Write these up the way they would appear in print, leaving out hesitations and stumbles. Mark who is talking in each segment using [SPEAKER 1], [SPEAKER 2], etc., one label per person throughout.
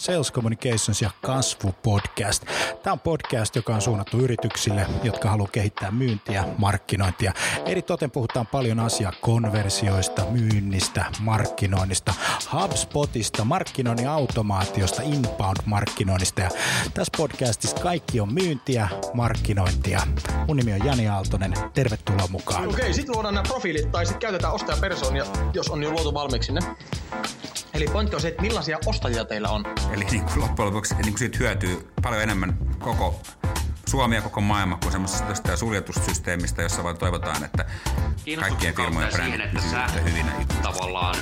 [SPEAKER 1] Sales Communications ja kasvupodcast. Tämä on podcast, joka on suunnattu yrityksille, jotka haluaa kehittää myyntiä, markkinointia. Eritoten puhutaan paljon asiaa konversioista, myynnistä, markkinoinnista, HubSpotista, markkinoinnin automaatiosta, inbound-markkinoinnista. Ja tässä podcastissa kaikki on myyntiä, markkinointia. Mun nimi on Jani Aaltonen. Tervetuloa mukaan.
[SPEAKER 2] Okei, sitten luodaan nämä profiilit tai sitten käytetään ostajapersoonia, jos on jo luotu valmiiksi ne. Eli pointti on se, että millaisia ostajia teillä on.
[SPEAKER 3] Eli niin kuin loppujen lopuksi niin kuin siitä hyötyy paljon enemmän koko Suomi ja koko maailma kuin semmoisesta suljetussysteemistä, jossa vaan toivotaan, että kaikkien firmojen brändit pysyvät hyvinä.
[SPEAKER 4] Tavallaan,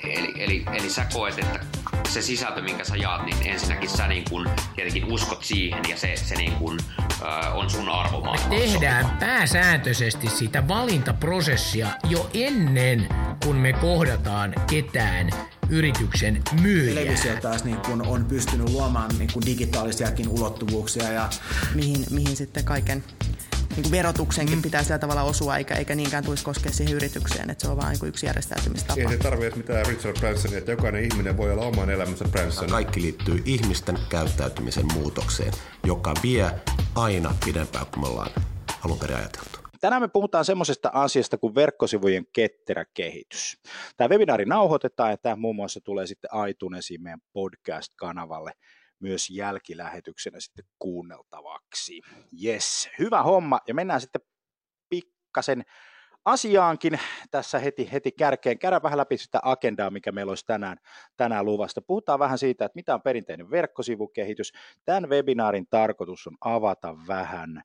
[SPEAKER 4] eli sä koet, että se sisältö, minkä sä jaat, niin ensinnäkin sä niin kun tietenkin uskot siihen ja se niin kun, on sun arvomaailma.
[SPEAKER 5] Me tehdään pääsääntöisesti sitä valintaprosessia jo ennen kuin me kohdataan ketään yrityksen myyjää.
[SPEAKER 6] Televisio taas niin kun on pystynyt luomaan niin kun digitaalisiakin ulottuvuuksia. Ja
[SPEAKER 7] mihin sitten kaiken niin verotuksenkin pitää sillä tavalla osua, eikä niinkään tulisi koskea siihen yritykseen, että se on vain niin yksi järjestäytymistapa.
[SPEAKER 8] Ei se tarvitse mitään Richard Bransonia, että jokainen ihminen voi olla oman elämänsä Branson.
[SPEAKER 9] Kaikki liittyy ihmisten käyttäytymisen muutokseen, joka vie aina pidempään kuin me ollaan alun perin ajateltu.
[SPEAKER 1] Tänään me puhutaan semmoisesta asiasta kuin verkkosivujen ketterä kehitys. Tämä webinaari nauhoitetaan ja tämä muun muassa tulee sitten iTunesiin meidän podcast-kanavalle myös jälkilähetyksenä sitten kuunneltavaksi. Yes, hyvä homma ja mennään sitten pikkasen asiaankin tässä heti kärkeen. Käydään vähän läpi sitä agendaa, mikä meillä olisi tänään luvasta. Puhutaan vähän siitä, että mitä on perinteinen verkkosivukehitys. Tämän webinaarin tarkoitus on avata vähän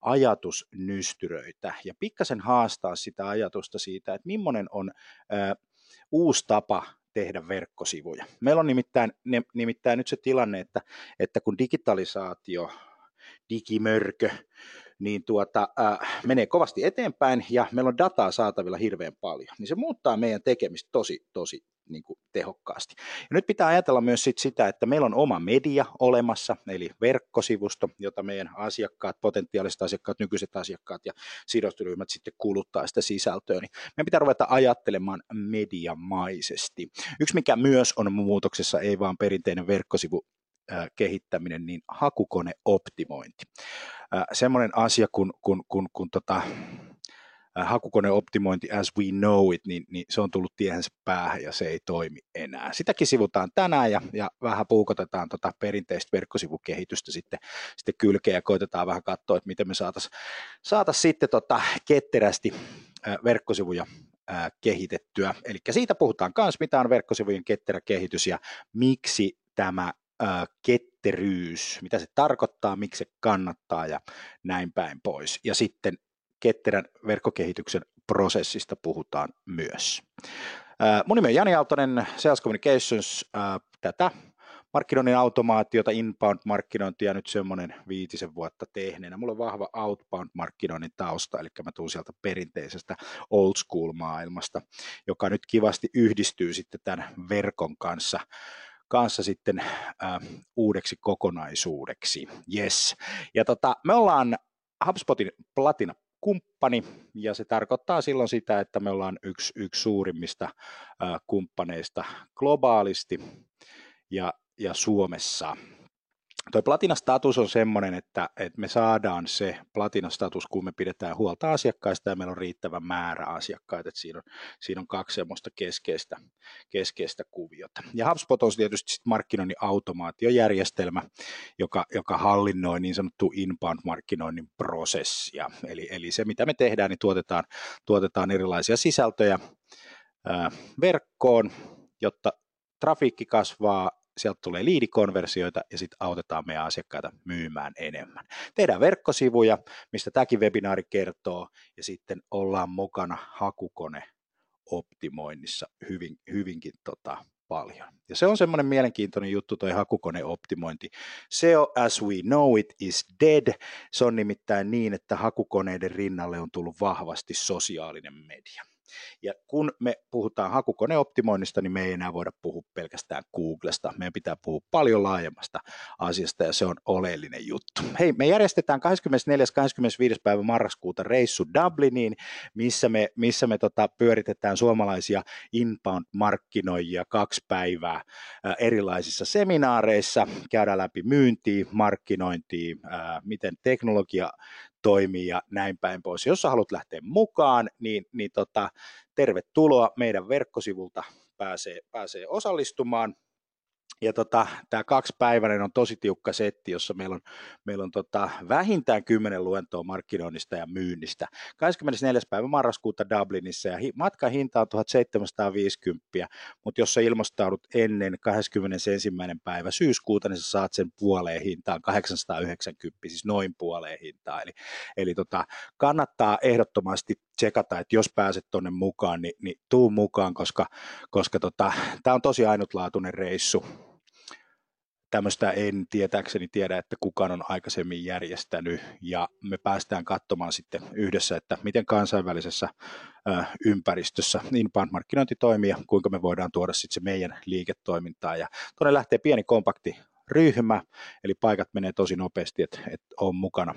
[SPEAKER 1] ajatusnystyröitä ja pikkasen haastaa sitä ajatusta siitä, että millainen on uusi tapa tehdä verkkosivuja. Meillä on nimittäin nyt se tilanne, että kun digitalisaatio, digimörkö, niin menee kovasti eteenpäin ja meillä on dataa saatavilla hirveän paljon, niin se muuttaa meidän tekemistä tosi niin kuin tehokkaasti. Ja nyt pitää ajatella myös sitä, että meillä on oma media olemassa, eli verkkosivusto, jota meidän asiakkaat, potentiaaliset asiakkaat, nykyiset asiakkaat ja sidosryhmät sitten kuluttaa sitä sisältöä, niin meidän pitää ruveta ajattelemaan mediamaisesti. Yksi, mikä myös on muutoksessa, ei vaan perinteinen verkkosivu kehittäminen, niin hakukoneoptimointi. Semmoinen asia kun hakukoneoptimointi as we know it, niin se on tullut tiehensä päähän ja se ei toimi enää. Sitäkin sivutaan tänään ja vähän puukotetaan perinteistä verkkosivukehitystä sitten kylkeen ja koitetaan vähän katsoa, että miten me saataisiin sitten ketterästi verkkosivuja kehitettyä. Eli siitä puhutaan myös, mitä on verkkosivujen ketterä kehitys ja miksi tämä ketteryys, mitä se tarkoittaa, miksi se kannattaa ja näin päin pois. Ja sitten ketterän verkkokehityksen prosessista puhutaan myös. Mun nimi on Jani Aaltonen, Sales Communications, tätä markkinoinnin automaatiota, inbound-markkinointia nyt semmoinen 5 vuotta tehneenä. Mulla on vahva outbound-markkinoinnin tausta, eli mä tuun sieltä perinteisestä old school-maailmasta, joka nyt kivasti yhdistyy sitten tämän verkon kanssa sitten uudeksi kokonaisuudeksi. Yes. Ja me ollaan HubSpotin Platina-kumppani, ja se tarkoittaa silloin sitä, että me ollaan yksi suurimmista kumppaneista globaalisti ja Suomessa. Tuo Platina-status on semmoinen, että me saadaan se Platina-status, kun me pidetään huolta asiakkaista ja meillä on riittävä määrä asiakkaita, että siinä on 2 semmoista keskeistä kuviota. Ja HubSpot on tietysti markkinoinnin automaatiojärjestelmä, joka hallinnoi niin sanottu inbound-markkinoinnin prosessia. Eli se, mitä me tehdään, niin tuotetaan erilaisia sisältöjä verkkoon, jotta trafiikki kasvaa, sieltä tulee liidikonversioita ja sitten autetaan meidän asiakkaita myymään enemmän. Tehdään verkkosivuja, mistä tämäkin webinaari kertoo, ja sitten ollaan mukana hakukoneoptimoinnissa hyvinkin paljon. Ja se on semmoinen mielenkiintoinen juttu, toi hakukoneoptimointi. SEO as we know it is dead. Se on nimittäin niin, että hakukoneiden rinnalle on tullut vahvasti sosiaalinen media. Ja kun me puhutaan hakukoneoptimoinnista, niin me ei enää voida puhua pelkästään Googlesta. Meidän pitää puhua paljon laajemmasta asiasta ja se on oleellinen juttu. Hei, me järjestetään 24.–25. päivä marraskuuta reissu Dubliniin, missä me pyöritetään suomalaisia inbound-markkinoijia 2 päivää erilaisissa seminaareissa, käydään läpi myyntiä, markkinointia, miten teknologia toimii ja näin päin pois. Jos sä haluat lähteä mukaan, niin tervetuloa meidän verkkosivulta pääsee osallistumaan. Ja tämä 2-päiväinen on tosi tiukka setti, jossa meillä on vähintään 10 luentoa markkinoinnista ja myynnistä. 24. päivä marraskuuta Dublinissa ja matkan hinta on 1750, mutta jos sä ilmoittaudut ennen 21. päivä syyskuuta, niin sä saat sen puoleen hintaan 890, siis noin puoleen hintaan. Eli kannattaa ehdottomasti tsekata, että jos pääset tuonne mukaan, niin tuu mukaan, koska tämä on tosi ainutlaatuinen reissu. Tämmöistä en tietääkseni tiedä, että kukaan on aikaisemmin järjestänyt, ja me päästään katsomaan sitten yhdessä, että miten kansainvälisessä ympäristössä inbound-markkinointi toimii ja kuinka me voidaan tuoda sitten se meidän liiketoimintaa. Ja tuonne lähtee pieni kompakti ryhmä, eli paikat menee tosi nopeasti, että on mukana,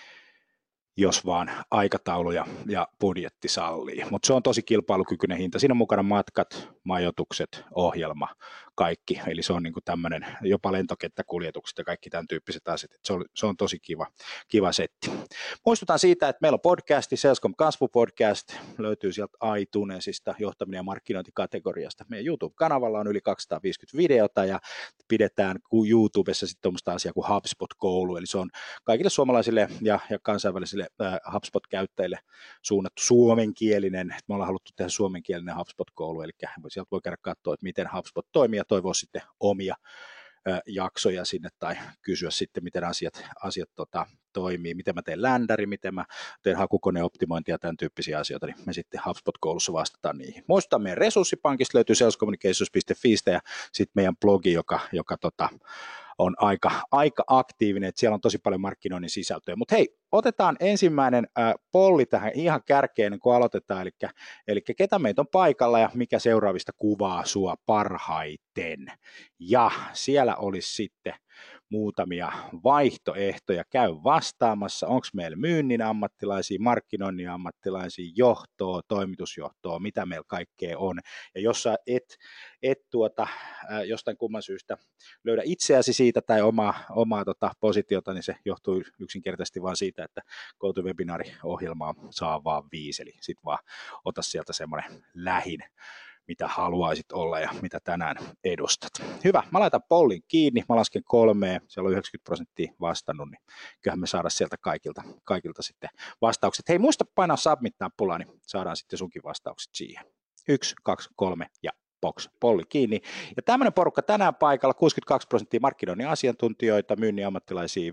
[SPEAKER 1] jos vaan aikataulu ja budjetti sallii. Mutta se on tosi kilpailukykyinen hinta. Siinä on mukana matkat, majoitukset, ohjelma, kaikki. Eli se on niinku tämmöinen, jopa lentokenttäkuljetukset ja kaikki tämän tyyppiset asiat. Se on tosi kiva setti. Muistutan siitä, että meillä on podcasti, Salescom Kasvu-podcast, löytyy sieltä iTunesista, johtaminen ja markkinointikategoriasta. Meidän YouTube-kanavalla on yli 250 videota ja pidetään YouTubessa sitten tuommoista asiaa kuin HubSpot-koulu, eli se on kaikille suomalaisille ja kansainvälisille HubSpot-käyttäjille suunnattu suomenkielinen. Me ollaan haluttu tehdä suomenkielinen HubSpot-koulu, eli sieltä voi käydä katsoa, että miten HubSpot toimii ja toivoa sitten omia jaksoja sinne tai kysyä sitten, miten asiat toimii, miten mä teen ländäri, miten mä teen hakukoneoptimointia ja tämän tyyppisiä asioita, niin me sitten HubSpot-koulussa vastataan niihin. Muistetaan, meidän resurssipankista löytyy salescommunications.fi ja sitten meidän blogi, joka on aika aktiivinen, että siellä on tosi paljon markkinoinnin sisältöä. Mutta hei, otetaan ensimmäinen polli tähän ihan kärkeen, kun aloitetaan, eli ketä meitä on paikalla ja mikä seuraavista kuvaa sua parhaiten. Ja siellä olisi sitten muutamia vaihtoehtoja, käy vastaamassa, onko meillä myynnin ammattilaisia, markkinoinnin ammattilaisia, johtoa, toimitusjohtoa, mitä meillä kaikkea on. Ja jos sä et jostain kumman syystä löydä itseäsi siitä tai omaa positiota, niin se johtuu yksinkertaisesti vaan siitä, että GoToWebinar-ohjelmaa saa vaan 5, eli sit vaan ota sieltä semmoinen lähin, mitä haluaisit olla ja mitä tänään edustat. Hyvä, mä laitan pollin kiinni, mä lasken 3, siellä on 90% vastannut, niin kyllähän me saadaan sieltä kaikilta sitten vastaukset. Hei, muista painaa submit-nappulaa, niin saadaan sitten sunkin vastaukset siihen. 1, 2, 3 ja box, polli kiinni. Ja tämmöinen porukka tänään paikalla, 62% markkinoinnin asiantuntijoita, myynnin ammattilaisia 15%,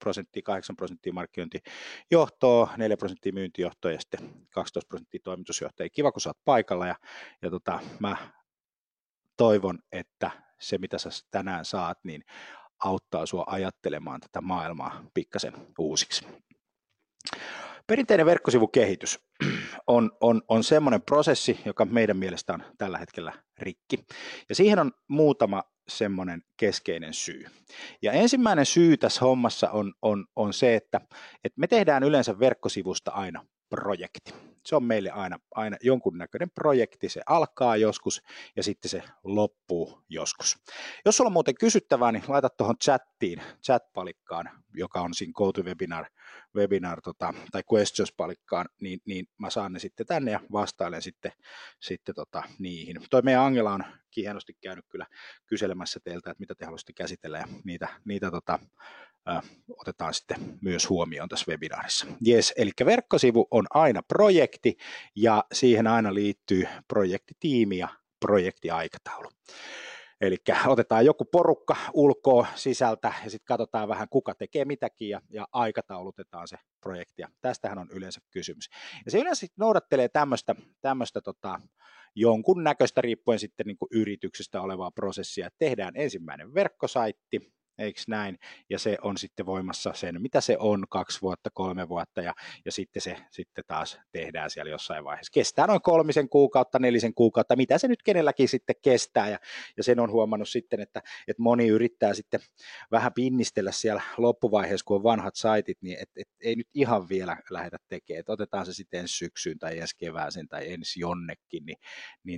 [SPEAKER 1] 8% markkinointijohtoa, 4% myyntijohtoa ja sitten 12% toimitusjohtajia. Kiva, kun sä oot paikalla ja mä toivon, että se mitä sä tänään saat, niin auttaa sua ajattelemaan tätä maailmaa pikkasen uusiksi. Perinteinen verkkosivukehitys on semmoinen prosessi, joka meidän mielestä on tällä hetkellä rikki. Ja siihen on muutama semmoinen keskeinen syy. Ja ensimmäinen syy tässä hommassa on se, että me tehdään yleensä verkkosivusta aina projekti. Se on meille aina jonkunnäköinen projekti, se alkaa joskus ja sitten se loppuu joskus. Jos sulla on muuten kysyttävää, niin laita tuohon chat-palikkaan, joka on siinä GoToWebinar tai questions-palikkaan, niin mä saan ne sitten tänne ja vastailen sitten niihin. Toi meidän Angela on hienosti käynyt kyllä kyselemässä teiltä, että mitä te haluaisitte käsitellä ja niitä otetaan sitten myös huomioon tässä webinaarissa. Jes, eli verkkosivu on aina projekti ja siihen aina liittyy projektitiimi ja projektiaikataulu. Eli otetaan joku porukka ulkoa sisältä ja sitten katsotaan vähän kuka tekee mitäkin ja aikataulutetaan se projekti. Ja tästähän on yleensä kysymys. Ja se yleensä noudattelee tämmöistä jonkun näköistä riippuen sitten niin kuin yrityksestä olevaa prosessia. Tehdään ensimmäinen verkkosaitti, eikö näin, ja se on sitten voimassa sen, mitä se on, 2 vuotta, 3 vuotta, ja sitten se sitten taas tehdään siellä jossain vaiheessa. Kestää noin 3 kuukautta, 4 kuukautta, mitä se nyt kenelläkin sitten kestää, ja sen on huomannut sitten, että moni yrittää sitten vähän pinnistellä siellä loppuvaiheessa, kun on vanhat saitit, niin ei nyt ihan vielä lähdetä tekemään, että otetaan se sitten ensi syksyyn tai ensi kevääseen tai ensi jonnekin, niin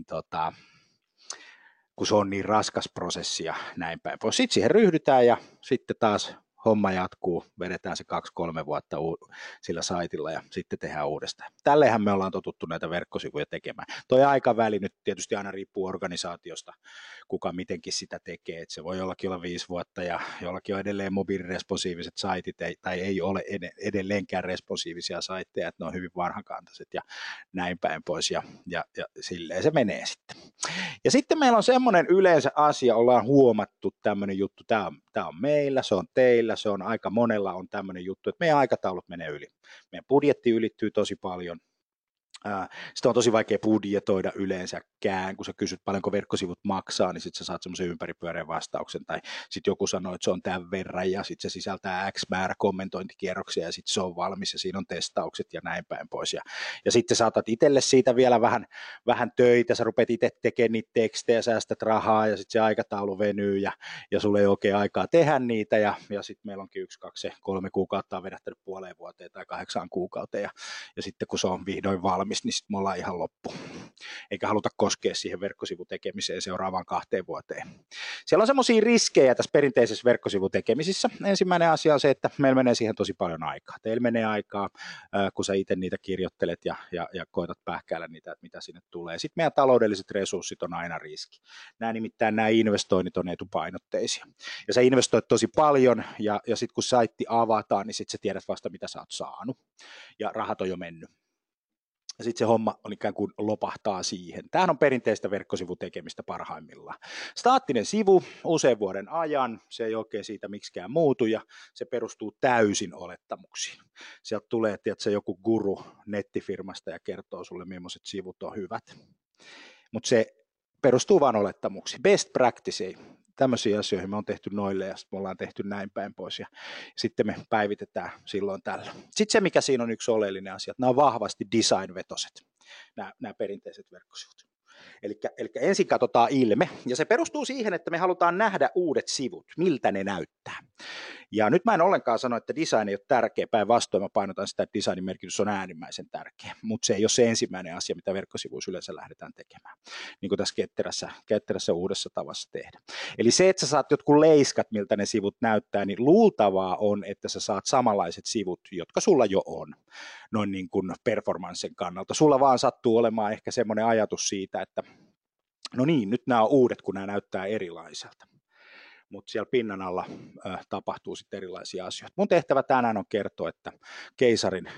[SPEAKER 1] kun se on niin raskas prosessi ja näin päin pois. Sitten siihen ryhdytään ja sitten taas homma jatkuu, vedetään se 2-3 vuotta sillä saitilla ja sitten tehdään uudestaan. Tälleenhän me ollaan totuttu näitä verkkosivuja tekemään. Toi aikaväli nyt tietysti aina riippuu organisaatiosta, kuka mitenkin sitä tekee. Et se voi jollakin olla 5 vuotta ja jollakin on edelleen mobiiliresponsiiviset saitit tai ei ole edelleenkään responsiivisia saitteja, että ne on hyvin vanhakantaiset ja näin päin pois ja silleen se menee sitten. Ja sitten meillä on semmoinen yleensä asia, ollaan huomattu tämmöinen juttu, tämä on meillä, se on teillä, se on aika monella on tämmöinen juttu, että meidän aikataulut menee yli. Meidän budjetti ylittyy tosi paljon. Sitä on tosi vaikea budjetoida yleensäkään, kun sä kysyt paljonko verkkosivut maksaa, niin sitten sä saat semmoisen ympäripyöreän vastauksen, tai sitten joku sanoo, että se on tämän verran, ja sitten se sisältää X määrä kommentointikierroksia, ja sitten se on valmis, ja siinä on testaukset, ja näin päin pois. Ja sitten saatat itselle siitä vielä vähän töitä, sä rupeat itse tekemään niitä tekstejä, säästät rahaa, ja sitten se aikataulu venyy, ja sulla ei oikein aikaa tehdä niitä, ja sitten meillä onkin 1, 2, 3 kuukautta on vedättänyt 0,5 vuoteen tai 8 kuukauteen, ja sitten kun se on vihdoin valmis, niin sitten me ollaan ihan loppu. Eikä haluta koskea siihen verkkosivutekemiseen seuraavaan 2 vuoteen. Siellä on semmoisia riskejä tässä perinteisessä verkkosivutekemisissä. Ensimmäinen asia on se, että meillä menee siihen tosi paljon aikaa. Teillä menee aikaa, kun sä itse niitä kirjoittelet ja koetat pähkäillä niitä, että mitä sinne tulee. Sitten meidän taloudelliset resurssit on aina riski. Nämä investoinnit on etupainotteisia. Ja sä investoit tosi paljon ja sitten kun saitti avataan, niin sitten sä tiedät vasta, mitä sä oot saanut. Ja rahat on jo mennyt. Ja sitten se homma on ikään kuin lopahtaa siihen. Tämähän on perinteistä verkkosivutekemistä parhaimmillaan. Staattinen sivu usean vuoden ajan, se ei oikein siitä miksikään muutu ja se perustuu täysin olettamuksiin. Sieltä tulee joku guru nettifirmasta ja kertoo sulle, millaiset sivut on hyvät. Mutta se perustuu vain olettamuksiin. Best practice, tämmöisiä asioihin me on tehty noille ja sitten me ollaan tehty näin päin pois ja sitten me päivitetään silloin tällä. Sitten se, mikä siinä on yksi oleellinen asia, että nämä on vahvasti design-vetoset, nämä perinteiset verkkosivut. Eli ensin katsotaan ilme, ja se perustuu siihen, että me halutaan nähdä uudet sivut, miltä ne näyttää. Ja nyt mä en ollenkaan sano, että design ei ole tärkeä, päinvastoin mä painotan sitä, että designin merkitys on äärimmäisen tärkeä, mutta se ei ole se ensimmäinen asia, mitä verkkosivuissa yleensä lähdetään tekemään, niin kuin tässä ketterässä uudessa tavassa tehdä. Eli se, että sä saat jotkut leiskat, miltä ne sivut näyttää, niin luultavaa on, että sä saat samanlaiset sivut, jotka sulla jo on, noin niin kuin performanssin kannalta. Sulla vaan sattuu olemaan ehkä semmoinen ajatus siitä, että no niin, nyt nämä on uudet, kun nämä näyttää erilaiselta. Mutta siellä pinnan alla tapahtuu sitten erilaisia asioita. Mun tehtävä tänään on kertoa, että keisarin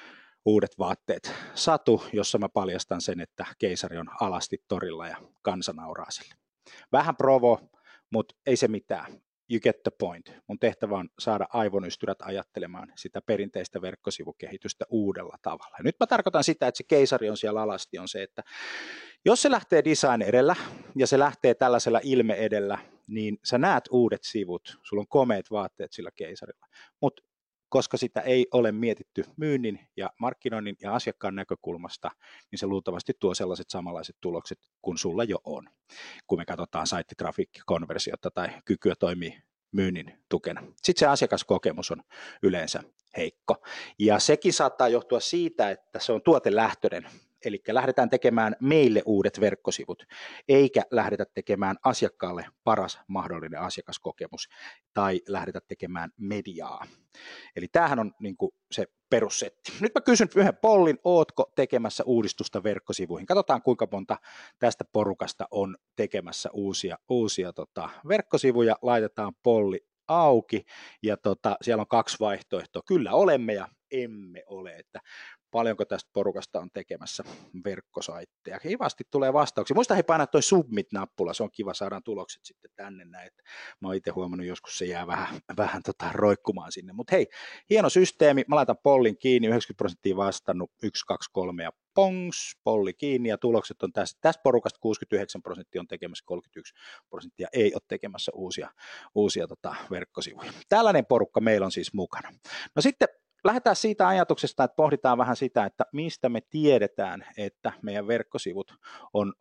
[SPEAKER 1] uudet vaatteet satu, jossa mä paljastan sen, että keisari on alasti torilla ja kansa nauraa sille. Vähän provo, mutta ei se mitään. You get the point. Mun tehtävä on saada aivonystyrät ajattelemaan sitä perinteistä verkkosivukehitystä uudella tavalla. Ja nyt mä tarkoitan sitä, että se keisari on siellä alasti, on se, että jos se lähtee design edellä ja se lähtee tällaisella ilme edellä, niin sä näet uudet sivut, sulla on komeat vaatteet sillä keisarilla, mutta koska sitä ei ole mietitty myynnin ja markkinoinnin ja asiakkaan näkökulmasta, niin se luultavasti tuo sellaiset samanlaiset tulokset kuin sulla jo on, kun me katsotaan saittitrafikkikonversiota tai kykyä toimii myynnin tukena. Sitten se asiakaskokemus on yleensä heikko, ja sekin saattaa johtua siitä, että se on tuotelähtöinen. Eli lähdetään tekemään meille uudet verkkosivut, eikä lähdetä tekemään asiakkaalle paras mahdollinen asiakaskokemus tai lähdetä tekemään mediaa. Eli tämähän on niin kuin se perussetti. Nyt mä kysyn yhden pollin, ootko tekemässä uudistusta verkkosivuihin? Katsotaan, kuinka monta tästä porukasta on tekemässä uusia verkkosivuja. Laitetaan polli auki ja siellä on 2 vaihtoehtoa. Kyllä olemme ja emme ole, että paljonko tästä porukasta on tekemässä verkkosaitteja. Kivasti tulee vastauksia. Muista he painaa toi submit-nappula, se on kiva, saadaan tulokset sitten tänne näin. Mä oon itse huomannut, joskus se jää vähän roikkumaan sinne. Mutta hei, hieno systeemi, mä laitan pollin kiinni, 90% vastannut, 1, 2, 3 ja pongs, polli kiinni ja tulokset on tässä. Tästä porukasta 69% on tekemässä, 31% ei ole tekemässä uusia verkkosivuja. Tällainen porukka meillä on siis mukana. No sitten lähdetään siitä ajatuksesta, että pohditaan vähän sitä, että mistä me tiedetään, että meidän verkkosivut on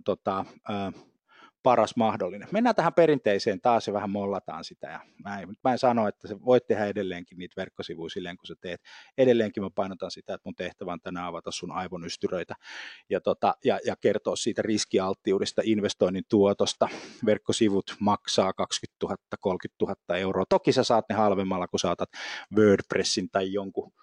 [SPEAKER 1] paras mahdollinen. Mennään tähän perinteiseen taas ja vähän mollataan sitä. Ja mä en sano, että sä voit tehdä edelleenkin niitä verkkosivuja silleen, kun sä teet. Edelleenkin mä painotan sitä, että mun tehtävä on tänään avata sun aivonystyröitä ja kertoa siitä riskialttiudesta, investoinnin tuotosta. Verkkosivut maksaa 20 000, 30 000 euroa. Toki sä saat ne halvemmalla, kun saatat WordPressin tai jonkun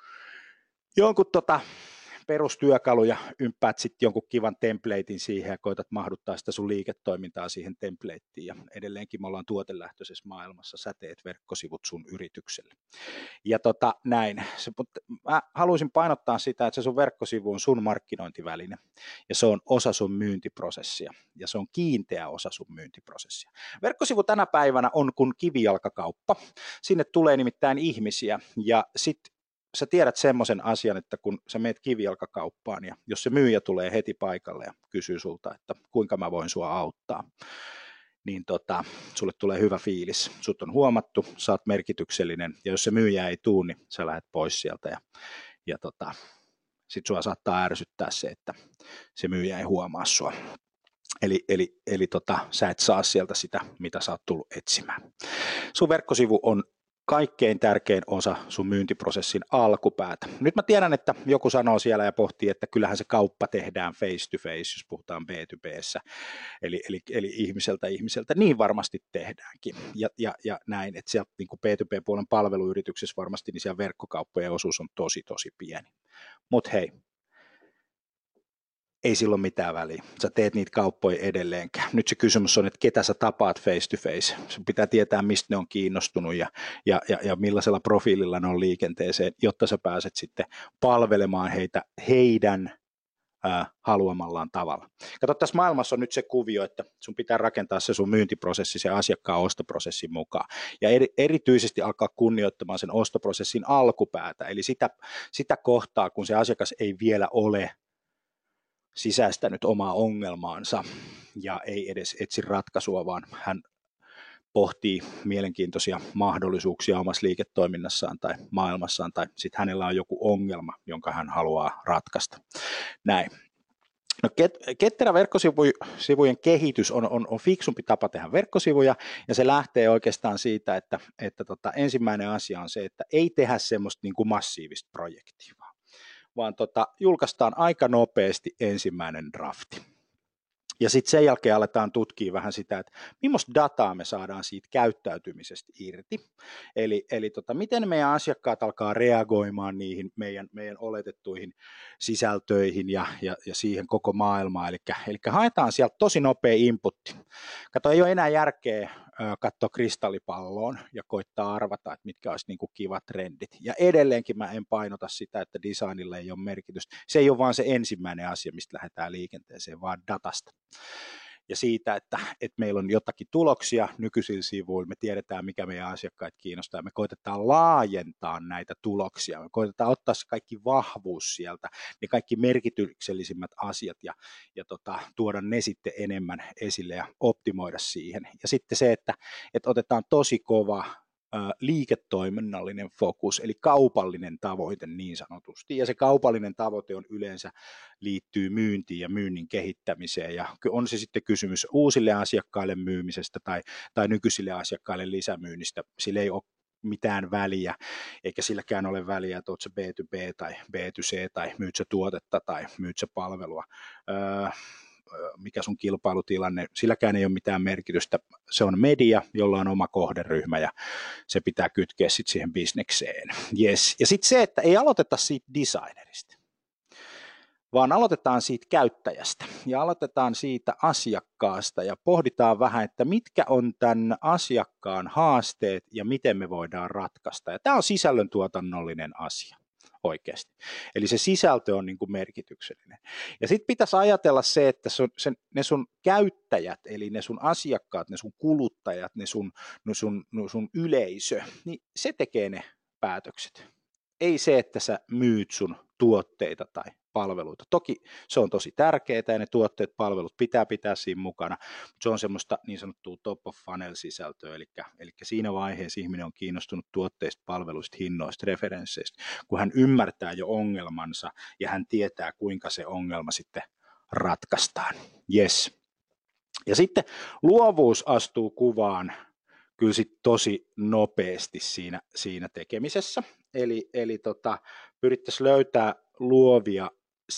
[SPEAKER 1] perustyökaluja, ympäät sitten jonkun kivan templatein siihen ja koitat mahduttaa sitä sun liiketoimintaa siihen templateen ja edelleenkin me ollaan tuotelähtöisessä maailmassa, sä teet verkkosivut sun yritykselle. Ja näin, mä haluaisin painottaa sitä, että se sun verkkosivu on sun markkinointiväline ja se on osa sun myyntiprosessia ja se on kiinteä osa sun myyntiprosessia. Verkkosivu tänä päivänä on kuin kivijalkakauppa, sinne tulee nimittäin ihmisiä ja sitten sä tiedät semmoisen asian, että kun sä meet kivijalkakauppaan ja jos se myyjä tulee heti paikalle ja kysyy sulta, että kuinka mä voin sua auttaa, niin sulle tulee hyvä fiilis, sut on huomattu, sä oot merkityksellinen ja jos se myyjä ei tuu, niin sä lähdet pois sieltä ja sit sua saattaa ärsyttää se, että se myyjä ei huomaa sua. Eli sä et saa sieltä sitä, mitä sä oot tullut etsimään. Sun verkkosivu on kaikkein tärkein osa sun myyntiprosessin alkupäätä. Nyt mä tiedän, että joku sanoo siellä ja pohtii, että kyllähän se kauppa tehdään face to face, jos puhutaan B2B:ssä, eli ihmiseltä. Niin varmasti tehdäänkin. Ja näin, että sieltä niin kuin B2B-puolen palveluyrityksessä varmasti niin siellä verkkokauppojen osuus on tosi pieni. Mutta hei, ei silloin mitään väliä. Sä teet niitä kauppoja edelleenkään. Nyt se kysymys on, että ketä sä tapaat face to face. Sun pitää tietää, mistä ne on kiinnostunut ja millaisella profiililla ne on liikenteeseen, jotta sä pääset sitten palvelemaan heidän haluamallaan tavalla. Kato, tässä maailmassa on nyt se kuvio, että sun pitää rakentaa se sun myyntiprosessi se asiakkaan ostoprosessin mukaan. Ja erityisesti alkaa kunnioittamaan sen ostoprosessin alkupäätä, eli sitä kohtaa, kun se asiakas ei vielä ole sisäistänyt omaa ongelmaansa ja ei edes etsi ratkaisua, vaan hän pohtii mielenkiintoisia mahdollisuuksia omassa liiketoiminnassaan tai maailmassaan, tai sitten hänellä on joku ongelma, jonka hän haluaa ratkaista. Näin. No, ketterä verkkosivujen kehitys on fiksumpi tapa tehdä verkkosivuja, ja se lähtee oikeastaan siitä, että ensimmäinen asia on se, että ei tehdä semmoista niin kuin massiivista projektia, vaan julkaistaan aika nopeasti ensimmäinen drafti. Ja sitten sen jälkeen aletaan tutkia vähän sitä, että millaista dataa me saadaan siitä käyttäytymisestä irti. Eli miten meidän asiakkaat alkaa reagoimaan niihin meidän oletettuihin sisältöihin ja siihen koko maailmaan. Eli haetaan sieltä tosi nopea inputti. Kato, ei ole enää järkeä katsoa kristallipalloon ja koittaa arvata, että mitkä olisi niin kuin kivat trendit. Ja edelleenkin mä en painota sitä, että designilla ei ole merkitystä. Se ei ole vaan se ensimmäinen asia, mistä lähdetään liikenteeseen, vaan datasta. Ja siitä, että meillä on jotakin tuloksia nykyisillä sivuilla, me tiedetään, mikä meidän asiakkaat kiinnostaa, me koitetaan laajentaa näitä tuloksia, me koitetaan ottaa se kaikki vahvuus sieltä, ne kaikki merkityksellisimmät asiat ja tuoda ne sitten enemmän esille ja optimoida siihen. Ja sitten se, että otetaan tosi kova liiketoiminnallinen fokus, eli kaupallinen tavoite niin sanotusti, ja se kaupallinen tavoite on yleensä liittyy myyntiin ja myynnin kehittämiseen, ja on se sitten kysymys uusille asiakkaille myymisestä tai nykyisille asiakkaille lisämyynnistä, sillä ei ole mitään väliä, eikä silläkään ole väliä, että olet se B2B tai B2C tai myyt sä tuotetta tai myyt sä palvelua. Mikä sun kilpailutilanne, silläkään ei ole mitään merkitystä. Se on media, jolla on oma kohderyhmä ja se pitää kytkeä sitten siihen bisnekseen. Yes. Ja sitten se, että ei aloiteta siitä designerista, vaan aloitetaan siitä käyttäjästä ja aloitetaan siitä asiakkaasta ja pohditaan vähän, että mitkä on tämän asiakkaan haasteet ja miten me voidaan ratkaista. Ja tämä on sisällöntuotannollinen asia. Oikeasti. Eli se sisältö on niin kuin merkityksellinen. Ja sitten pitäisi ajatella se, että ne sun käyttäjät, eli ne sun asiakkaat, ne sun kuluttajat, ne sun yleisö, niin se tekee ne päätökset. Ei se, että sä myyt sun tuotteita tai palveluita. Toki se on tosi tärkeää ja ne tuotteet, palvelut pitää siinä mukana, mutta se on semmoista niin sanottua top of funnel sisältöä, eli siinä vaiheessa ihminen on kiinnostunut tuotteista, palveluista, hinnoista, referensseistä, kun hän ymmärtää jo ongelmansa ja hän tietää, kuinka se ongelma sitten ratkaistaan. Yes. Ja sitten luovuus astuu kuvaan kyllä sit tosi nopeasti siinä tekemisessä, eli pyrittäisiin löytää luovia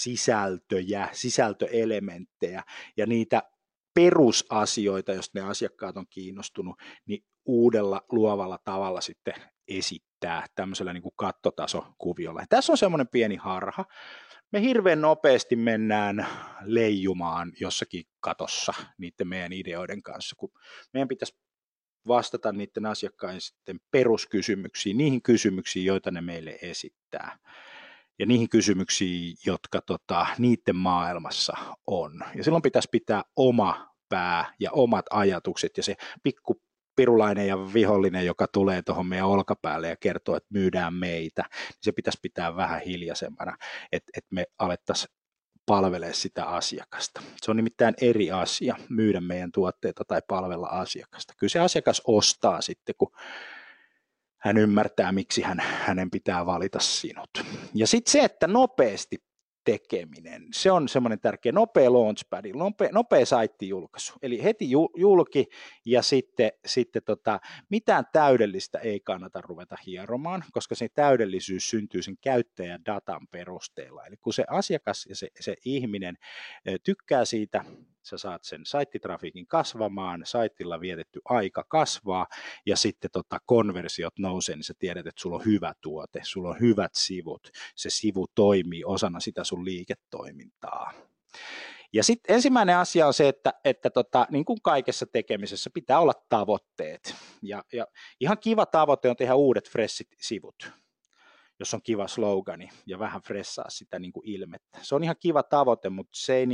[SPEAKER 1] sisältöelementtejä ja niitä perusasioita, jos ne asiakkaat on kiinnostunut, niin uudella luovalla tavalla sitten esittää tämmöisellä niin kuin kattotasokuviolla. Ja tässä on semmoinen pieni harha. Me hirveän nopeasti mennään leijumaan jossakin katossa niiden meidän ideoiden kanssa, kun meidän pitäisi vastata niiden asiakkaiden peruskysymyksiin, niihin kysymyksiin, joita ne meille esittää. Ja niihin kysymyksiin, jotka niiden maailmassa on. Ja silloin pitäisi pitää oma pää ja omat ajatukset ja se pikku pirulainen ja vihollinen, joka tulee tuohon meidän olkapäälle ja kertoo, että myydään meitä, niin se pitäisi pitää vähän hiljaisemmana, että me alettaisiin palvelee sitä asiakasta. Se on nimittäin eri asia myydä meidän tuotteita tai palvella asiakasta. Kyllä se asiakas ostaa sitten, kun hän ymmärtää, miksi hänen pitää valita sinut. Ja sitten se, että nopeasti tekeminen, se on semmoinen tärkeä, nopea launchpad, nopea saittijulkaisu, eli heti julki ja sitten mitään täydellistä ei kannata ruveta hieromaan, koska se täydellisyys syntyy sen käyttäjän datan perusteella, eli kun se asiakas ja se ihminen tykkää siitä, sä saat sen saittitrafiikin kasvamaan, saitilla vietetty aika kasvaa ja sitten konversiot nousee, niin sä tiedät, että sulla on hyvä tuote, sulla on hyvät sivut, se sivu toimii osana sitä sun liiketoimintaa. Ja sitten ensimmäinen asia on se, että niin kuin kaikessa tekemisessä pitää olla tavoitteet ja ihan kiva tavoite on tehdä uudet freshit sivut, jos on kiva slogani ja vähän fressaa sitä niin kuin ilmettä. Se on ihan kiva tavoite, mutta se ei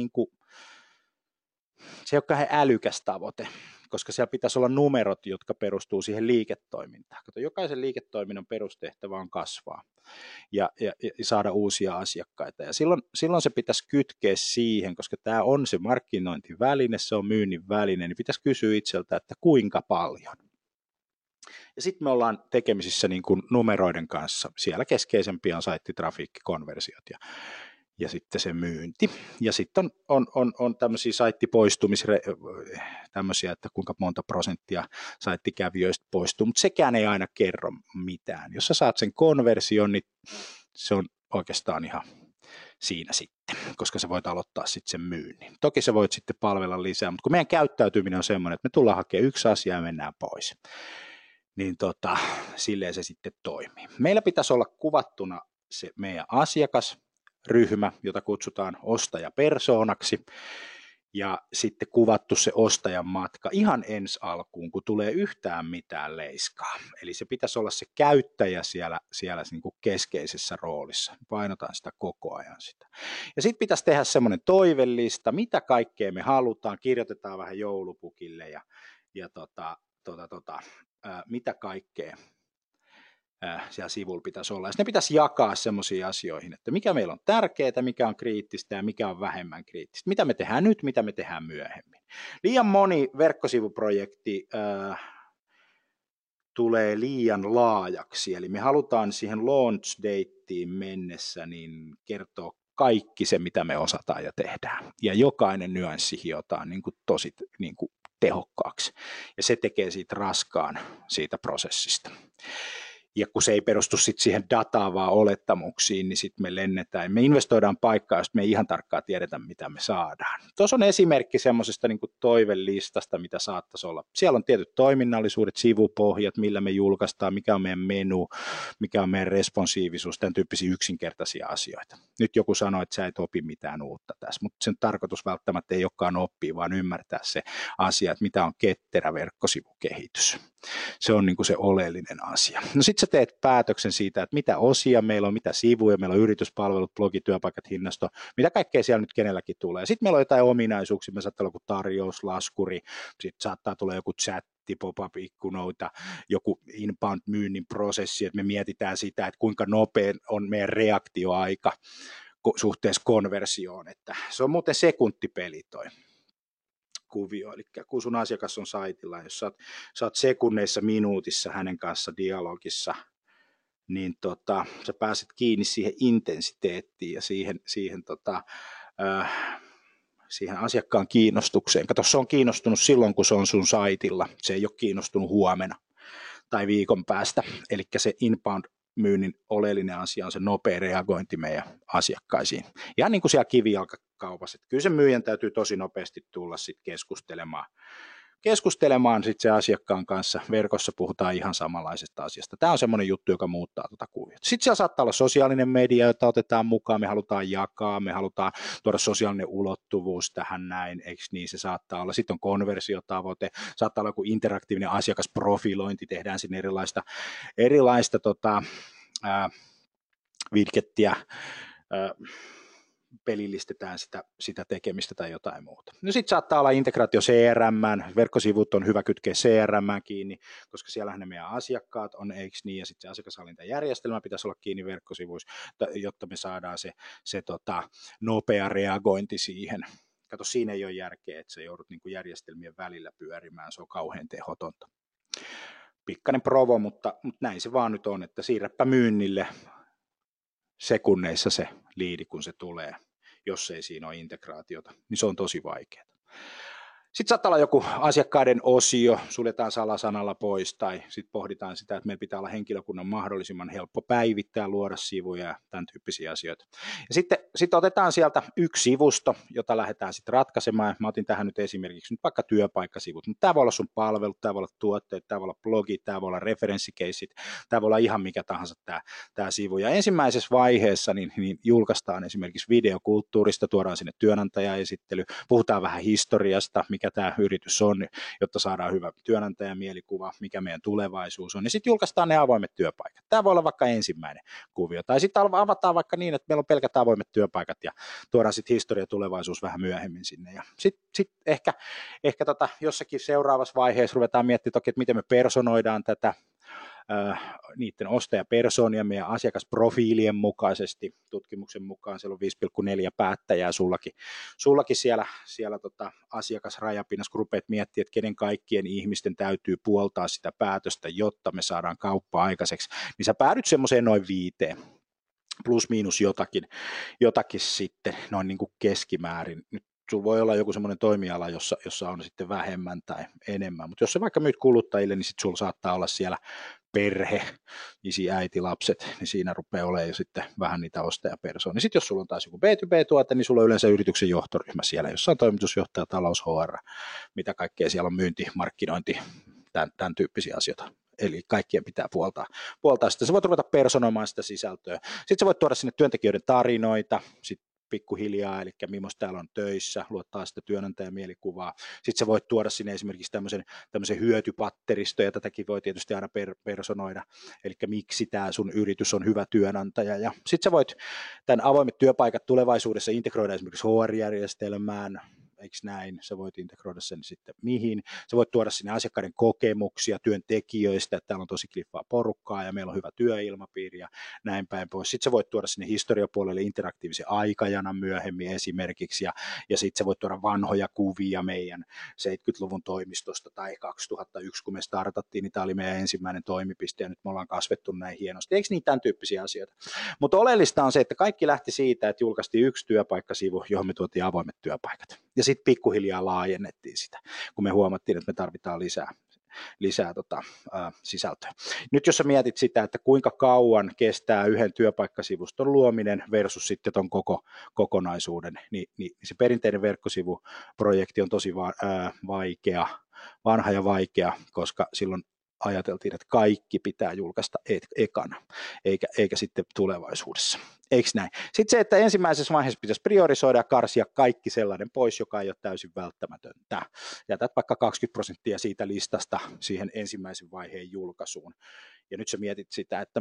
[SPEAKER 1] ole kauhean älykäs tavoite, koska siellä pitäisi olla numerot, jotka perustuu siihen liiketoimintaan. Jokaisen liiketoiminnan perustehtävä on kasvaa ja saada uusia asiakkaita. Ja silloin se pitäisi kytkeä siihen, koska tämä on se markkinointiväline, se on myynnin väline, niin pitäisi kysyä itseltä, että kuinka paljon. Ja sitten me ollaan tekemisissä niin kuin numeroiden kanssa. Siellä keskeisempiä on saittitrafiikki, konversiot ja sitten se myynti. Ja sitten on tämmöisiä tämmöisiä, että kuinka monta prosenttia saittikävijöistä poistuu, mutta sekään ei aina kerro mitään. Jos sä saat sen konversion, niin se on oikeastaan ihan siinä sitten, koska sä voit aloittaa sitten sen myynnin. Toki sä voit sitten palvella lisää, mutta kun meidän käyttäytyminen on semmoinen, että me tullaan hakemaan yksi asia ja mennään pois, niin silleen se sitten toimii. Meillä pitäisi olla kuvattuna se meidän asiakasryhmä, jota kutsutaan ostajapersoonaksi, ja sitten kuvattu se ostajan matka ihan ensi alkuun, kun tulee yhtään mitään leiskaa. Eli se pitäisi olla se käyttäjä siellä niin kuin keskeisessä roolissa. Painotaan sitä koko ajan sitä. Ja sitten pitäisi tehdä semmoinen toivellista, mitä kaikkea me halutaan, kirjoitetaan vähän joulupukille ja mitä kaikkea siellä sivulla pitäisi olla. Ja ne pitäisi jakaa semmoisiin asioihin, että mikä meillä on tärkeää, mikä on kriittistä ja mikä on vähemmän kriittistä. Mitä me tehdään nyt, mitä me tehdään myöhemmin. Liian moni verkkosivuprojekti tulee liian laajaksi, eli me halutaan siihen launch dateen mennessä niin kertoa kaikki se, mitä me osataan ja tehdään. Ja jokainen nyanssi hiotaan niin kuin tosi niin kuin tehokkaaksi. Ja se tekee siitä raskaan siitä prosessista. Ja kun se ei perustu sit siihen dataan vaan olettamuksiin, niin sitten me lennetään. Me investoidaan paikkaan, josta me ei ihan tarkkaan tiedetä, mitä me saadaan. Tuossa on esimerkki semmoisesta niin kuin toivelistasta, mitä saattaisi olla. Siellä on tietyt toiminnallisuudet, sivupohjat, millä me julkaistaan, mikä on meidän menu, mikä on meidän responsiivisuus, tämän tyyppisiä yksinkertaisia asioita. Nyt joku sanoo, että sä et opi mitään uutta tässä, mutta sen tarkoitus välttämättä ei olekaan oppia, vaan ymmärtää se asia, että mitä on ketterä verkkosivukehitys. Se on niin kuin se oleellinen asia. No sitten sä teet päätöksen siitä, että mitä osia meillä on, mitä sivuja, meillä on yrityspalvelut, blogi, työpaikat, hinnasto, mitä kaikkea siellä nyt kenelläkin tulee. Sitten meillä on jotain ominaisuuksia, me saattaa olla joku tarjous, laskuri, sitten saattaa tulla joku chatti, pop-up-ikkunoita, joku inbound-myynnin prosessi, että me mietitään sitä, että kuinka nopea on meidän reaktioaika, suhteessa konversioon, että se on muuten sekuntipeli toi kuvio, eli kun sun asiakas on saitilla, jos sä oot sekunneissa, minuutissa hänen kanssa dialogissa, niin sä pääset kiinni siihen intensiteettiin ja siihen asiakkaan kiinnostukseen. Kato, se on kiinnostunut silloin, kun se on sun saitilla, se ei ole kiinnostunut huomenna tai viikon päästä, eli se inbound-myynnin oleellinen asia on se nopea reagointi meidän asiakkaisiin. Ja niin kuin siellä kivijalkakaupassa, että kyllä se myyjän täytyy tosi nopeasti tulla sit keskustelemaan sit se asiakkaan kanssa. Verkossa puhutaan ihan samanlaisesta asiasta. Tämä on semmoinen juttu, joka muuttaa tuota kuviota. Sitten siellä saattaa olla sosiaalinen media, jota otetaan mukaan, me halutaan jakaa, me halutaan tuoda sosiaalinen ulottuvuus tähän näin, eikö niin se saattaa olla. Sitten on konversiotavoite, saattaa olla joku interaktiivinen asiakasprofilointi, tehdään sinne erilaista widgettiä, pelillistetään sitä tekemistä tai jotain muuta. No sitten saattaa olla integraatio CRM, verkkosivut on hyvä kytkeä CRM kiinni, koska siellähän ne meidän asiakkaat on, eikö niin, ja sitten se asiakashallintajärjestelmä pitäisi olla kiinni verkkosivuissa, jotta me saadaan se nopea reagointi siihen. Kato, siinä ei ole järkeä, että sä joudut niin kuin järjestelmien välillä pyörimään, se on kauhean tehotonta. Pikkainen provo, mutta näin se vaan nyt on, että siirräpä myynnille sekunneissa se liidi, kun se tulee, jos ei siinä ole integraatiota, niin se on tosi vaikeaa. Sitten saattaa olla joku asiakkaiden osio, suljetaan salasanalla pois, tai sitten pohditaan sitä, että meillä pitää olla henkilökunnan mahdollisimman helppo päivittää, luoda sivuja ja tämän tyyppisiä asioita. Ja sitten otetaan sieltä yksi sivusto, jota lähdetään sitten ratkaisemaan. Mä otin tähän nyt esimerkiksi nyt vaikka työpaikkasivut, mutta tämä voi olla sun palvelut, tämä voi olla tuotteet, tämä voi olla blogit, tämä voi olla referenssikeissit, tämä voi olla ihan mikä tahansa tämä sivu. Ja ensimmäisessä vaiheessa niin julkaistaan esimerkiksi videokulttuurista, tuodaan sinne työnantajaesittely, puhutaan vähän historiasta, mikä tämä yritys on, jotta saadaan hyvä työnantajan mielikuva, mikä meidän tulevaisuus on, ja sitten julkaistaan ne avoimet työpaikat. Tämä voi olla vaikka ensimmäinen kuvio, tai sitten avataan vaikka niin, että meillä on pelkät avoimet työpaikat, ja tuodaan sitten historia ja tulevaisuus vähän myöhemmin sinne, ja sitten ehkä jossakin seuraavassa vaiheessa ruvetaan miettimään, että miten me personoidaan tätä, niiden ostajapersoonia meidän asiakasprofiilien mukaisesti, tutkimuksen mukaan siellä on 5,4 päättäjää sullakin siellä asiakasrajapinnassa, kun rupeat miettimään, että kenen kaikkien ihmisten täytyy puoltaa sitä päätöstä, jotta me saadaan kauppa aikaiseksi, niin sä päädyt semmoiseen noin 5, plus miinus jotakin sitten, noin niin kuin keskimäärin. Nyt sulla voi olla joku semmoinen toimiala, jossa on sitten vähemmän tai enemmän, mutta jos sä vaikka myyt kuluttajille, niin sitten sulla saattaa olla siellä perhe, isi, äiti, lapset, niin siinä rupeaa olemaan jo sitten vähän niitä ostajapersoonia. Sitten jos sulla on taas joku B2B-tuote, niin sulla on yleensä yrityksen johtoryhmä siellä, jossa on toimitusjohtaja, talous, HR, mitä kaikkea siellä on, myynti, markkinointi, tämän tyyppisiä asioita. Eli kaikkien pitää puoltaa sitä. Sä voit ruveta personoimaan sitä sisältöä. Sitten sä voit tuoda sinne työntekijöiden tarinoita, sitten pikkuhiljaa, eli millaista täällä on töissä, luottaa sitä työnantajan mielikuvaa. Sitten sä voit tuoda sinne esimerkiksi tämmöisen hyötypatteristo, ja tätäkin voi tietysti aina personoida, eli miksi tämä sun yritys on hyvä työnantaja. Ja sitten sä voit tämän avoimet työpaikat tulevaisuudessa integroida esimerkiksi HR-järjestelmään, eikö näin, sä voit integroida sen sitten mihin, sä voit tuoda sinne asiakkaiden kokemuksia työntekijöistä, että täällä on tosi kliffaa porukkaa ja meillä on hyvä työilmapiiri ja näin päin pois. Sitten sä voit tuoda sinne historiapuolelle interaktiivisen aikajanan myöhemmin esimerkiksi ja sitten sä voit tuoda vanhoja kuvia meidän 70-luvun toimistosta tai 2001, kun me startattiin, niin tämä oli meidän ensimmäinen toimipiste ja nyt me ollaan kasvettu näin hienosti. Eikö niin tämän tyyppisiä asioita? Mutta oleellista on se, että kaikki lähti siitä, että julkaistiin yksi työpaikkasivu, johon me tuotiin avoimet työpaikat. Ja sitten pikkuhiljaa laajennettiin sitä, kun me huomattiin, että me tarvitaan lisää sisältöä. Nyt jos sä mietit sitä, että kuinka kauan kestää yhden työpaikkasivuston luominen versus sitten ton kokonaisuuden, niin se perinteinen verkkosivuprojekti on tosi vaikea, vanha ja vaikea, koska silloin ajateltiin, että kaikki pitää julkaista ekana, eikä sitten tulevaisuudessa. Eikö näin? Sitten se, että ensimmäisessä vaiheessa pitäisi priorisoida ja karsia kaikki sellainen pois, joka ei ole täysin välttämätöntä. Jätät vaikka 20% siitä listasta siihen ensimmäisen vaiheen julkaisuun. Ja nyt sä mietit sitä, että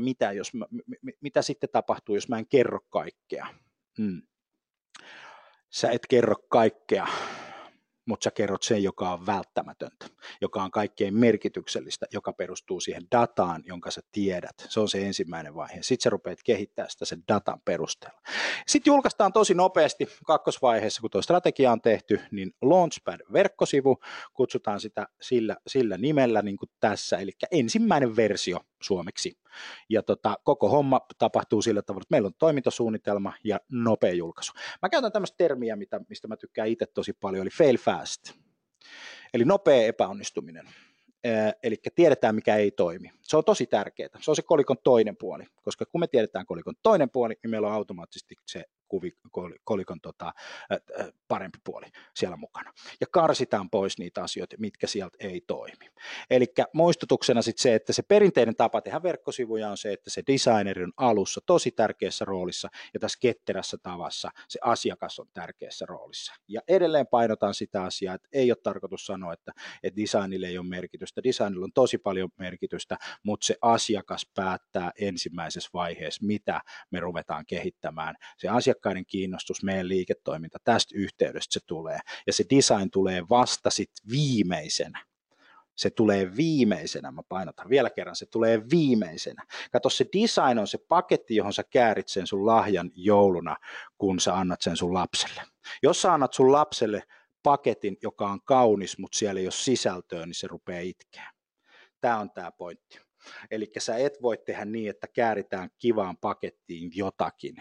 [SPEAKER 1] mitä sitten tapahtuu, jos mä en kerro kaikkea. Sä et kerro kaikkea. mutta sä kerrot sen, joka on välttämätöntä, joka on kaikkein merkityksellistä, joka perustuu siihen dataan, jonka sä tiedät. Se on se ensimmäinen vaihe. Sitten sä rupeat kehittämään sitä sen datan perusteella. Sitten julkaistaan tosi nopeasti kakkosvaiheessa, kun tuo strategia on tehty, niin Launchpad-verkkosivu, kutsutaan sitä sillä nimellä niin kuin tässä, eli ensimmäinen versio suomeksi. Ja koko homma tapahtuu sillä tavalla, että meillä on toimintasuunnitelma ja nopea julkaisu. Mä käytän tämmöistä termiä, mistä mä tykkään itse tosi paljon, eli fail fast, eli nopea epäonnistuminen. Eli tiedetään, mikä ei toimi. Se on tosi tärkeää. Se on se kolikon toinen puoli, koska kun me tiedetään kolikon toinen puoli, niin meillä on automaattisesti se kolikon parempi puoli siellä mukana. Ja karsitaan pois niitä asioita, mitkä sieltä ei toimi. Eli muistutuksena sitten se, että se perinteinen tapa tehdä verkkosivuja on se, että se designeri on alussa tosi tärkeässä roolissa, ja tässä ketterässä tavassa se asiakas on tärkeässä roolissa. Ja edelleen painotan sitä asiaa, että ei ole tarkoitus sanoa, että designille ei ole merkitystä. Designilla on tosi paljon merkitystä, mutta se asiakas päättää ensimmäisessä vaiheessa, mitä me ruvetaan kehittämään. Se asiakkaiden kiinnostus, meidän liiketoiminta, tästä yhteydestä se tulee. Ja se design tulee vasta sitten viimeisenä. Se tulee viimeisenä, mä painotan vielä kerran, se tulee viimeisenä. Kato, se design on se paketti, johon sä käärit sen sun lahjan jouluna, kun sä annat sen sun lapselle. Jos sä annat sun lapselle paketin, joka on kaunis, mutta siellä ei ole sisältöä, niin se rupeaa itkeä. Tämä on tämä pointti. Eli sä et voi tehdä niin, että kääritään kivaan pakettiin jotakin,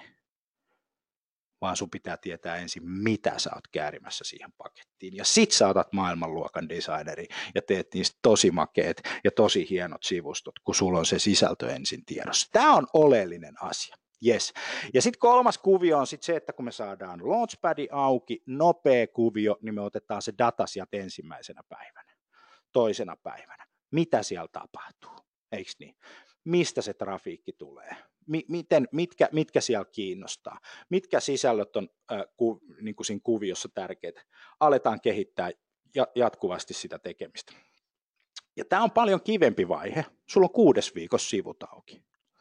[SPEAKER 1] vaan sun pitää tietää ensin, mitä sä oot käärimässä siihen pakettiin. Ja sit sä otat maailmanluokan designeri ja teet niistä tosi makeet ja tosi hienot sivustot, kun sulla on se sisältö ensin tiedossa. Tämä on oleellinen asia. Yes. Ja sitten kolmas kuvio on sitten se, että kun me saadaan Launchpadi auki, nopea kuvio, niin me otetaan se data sieltä ensimmäisenä päivänä, toisena päivänä. Mitä siellä tapahtuu? Eikö niin? Mistä se trafiikki tulee? Mitkä siellä kiinnostaa? Mitkä sisällöt on niin kuin siinä kuviossa tärkeitä? Aletaan kehittää jatkuvasti sitä tekemistä. Ja tämä on paljon kivempi vaihe. Sulla on 6 viikossa sivut auki.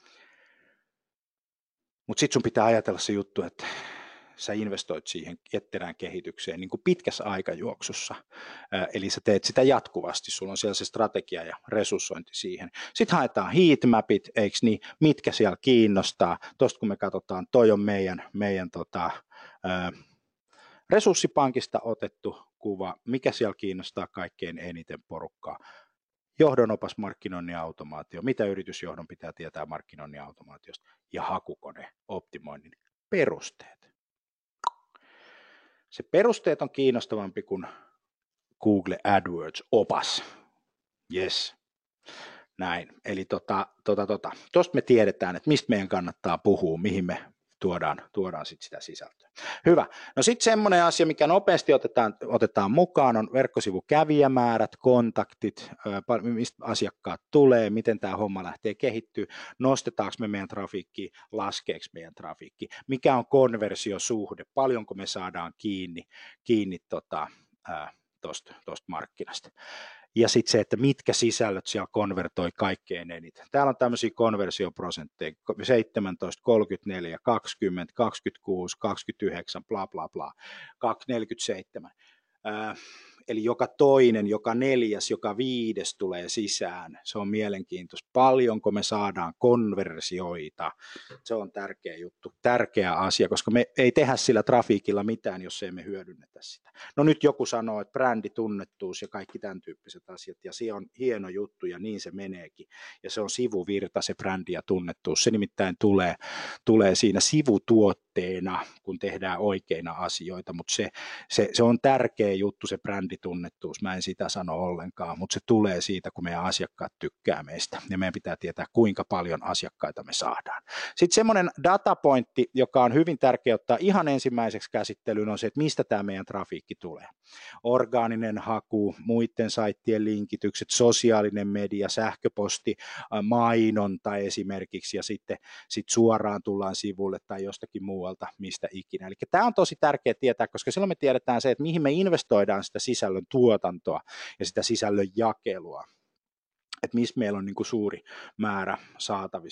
[SPEAKER 1] Mutta sitten sun pitää ajatella se juttu, että sä investoit siihen ketterään kehitykseen niin kuin pitkässä aikajuoksussa. Eli sä teet sitä jatkuvasti, sulla on siellä se strategia ja resurssointi siihen. Sitten haetaan heatmapit, eikö niin, mitkä siellä kiinnostaa. Tuosta kun me katsotaan, toi on meidän resurssipankista otettu kuva, mikä siellä kiinnostaa kaikkein eniten porukkaa. Johdonopas markkinoinnin automaatio, mitä yritysjohdon pitää tietää markkinoinnin automaatiosta, ja hakukone optimoinnin perusteet. Se perusteet on kiinnostavampi kuin Google AdWords-opas. Yes, näin. Eli tuosta me tiedetään, että mistä meidän kannattaa puhua, mihin me tuodaan sit sitä sisältöä. Hyvä. No sitten semmoinen asia, mikä nopeasti otetaan mukaan, on verkkosivukävijämäärät, kontaktit, mistä asiakkaat tulee, miten tämä homma lähtee kehittyä, nostetaanko me meidän trafiikkiä, laskeeko meidän trafiikki, mikä on konversiosuhde, paljonko me saadaan kiinni tuosta markkinasta. Ja sitten se, että mitkä sisällöt siellä konvertoi kaikkein eniten. Täällä on tämmöisiä konversioprosentteja, 17, 34, 20, 26, 29, bla bla bla, 47. Eli joka toinen, joka neljäs, joka viides tulee sisään. Se on mielenkiintoista. Paljonko me saadaan konversioita? Se on tärkeä juttu, tärkeä asia, koska me ei tehdä sillä trafiikilla mitään, jos ei me hyödynnetä sitä. No nyt joku sanoo, että bränditunnettuus ja kaikki tämän tyyppiset asiat, ja se on hieno juttu, ja niin se meneekin. Ja se on sivuvirta, se brändi ja tunnettuus. Se nimittäin tulee siinä sivutuotteena, kun tehdään oikeina asioita, mutta se on tärkeä juttu, se bränditunnettuus. Mä en sitä sano ollenkaan, mutta se tulee siitä, kun meidän asiakkaat tykkää meistä, ja meidän pitää tietää, kuinka paljon asiakkaita me saadaan. Sitten semmoinen datapointti, joka on hyvin tärkeä ottaa ihan ensimmäiseksi käsittelyyn, on se, että mistä tämä meidän trafiikki tulee. Orgaaninen haku, muiden saittien linkitykset, sosiaalinen media, sähköposti, mainonta esimerkiksi, ja sitten suoraan tullaan sivulle tai jostakin muualta, mistä ikinä. Eli tämä on tosi tärkeää tietää, koska silloin me tiedetään se, että mihin me investoidaan sitä sisällön tuotantoa ja sitä sisällön jakelua. Että missä meillä on niin kuin suuri määrä saatavissa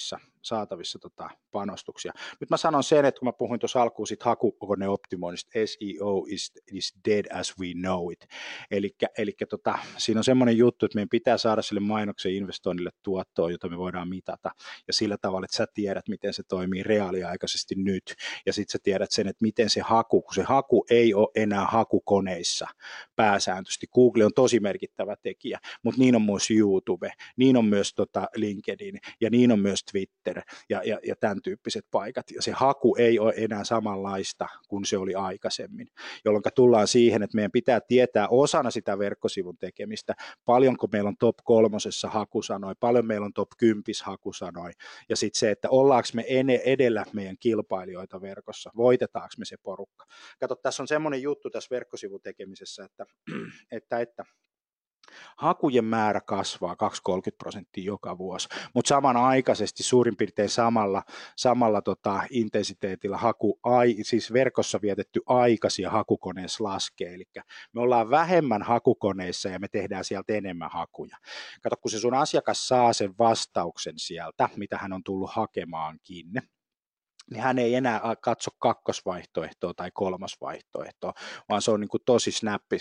[SPEAKER 1] saatavissa panostuksia. Nyt mä sanon sen, että kun mä puhuin tuossa alkuun siitä hakukoneoptimoinnista, SEO is dead as we know it. Eli siinä on semmoinen juttu, että meidän pitää saada sille mainoksen investoinnille tuottoa, jota me voidaan mitata, ja sillä tavalla, että sä tiedät, miten se toimii reaaliaikaisesti nyt, ja sitten sä tiedät sen, että miten se haku, kun se haku ei ole enää hakukoneissa pääsääntöisesti. Google on tosi merkittävä tekijä, mutta niin on myös YouTube, niin on myös LinkedIn, ja niin on myös Twitter, ja tämän tyyppiset paikat, ja se haku ei ole enää samanlaista kuin se oli aikaisemmin, jolloin tullaan siihen, että meidän pitää tietää osana sitä verkkosivun tekemistä, paljonko meillä on top 3 hakusanoja, paljon meillä on top 10 hakusanoja, ja sitten se, että ollaanko me edellä meidän kilpailijoita verkossa, voitetaanko me se porukka. Kato, tässä on semmoinen juttu tässä verkkosivun tekemisessä, että hakujen määrä kasvaa 2-30% joka vuosi, mutta samanaikaisesti suurin piirtein samalla intensiteetillä siis verkossa vietetty aikaisia hakukoneessa laskee, eli me ollaan vähemmän hakukoneissa ja me tehdään sieltä enemmän hakuja. Kato, kun se sun asiakas saa sen vastauksen sieltä, mitä hän on tullut hakemaankin, niin hän ei enää katso kakkosvaihtoehtoa tai kolmasvaihtoehtoa, vaan se on niin kuin tosi snappi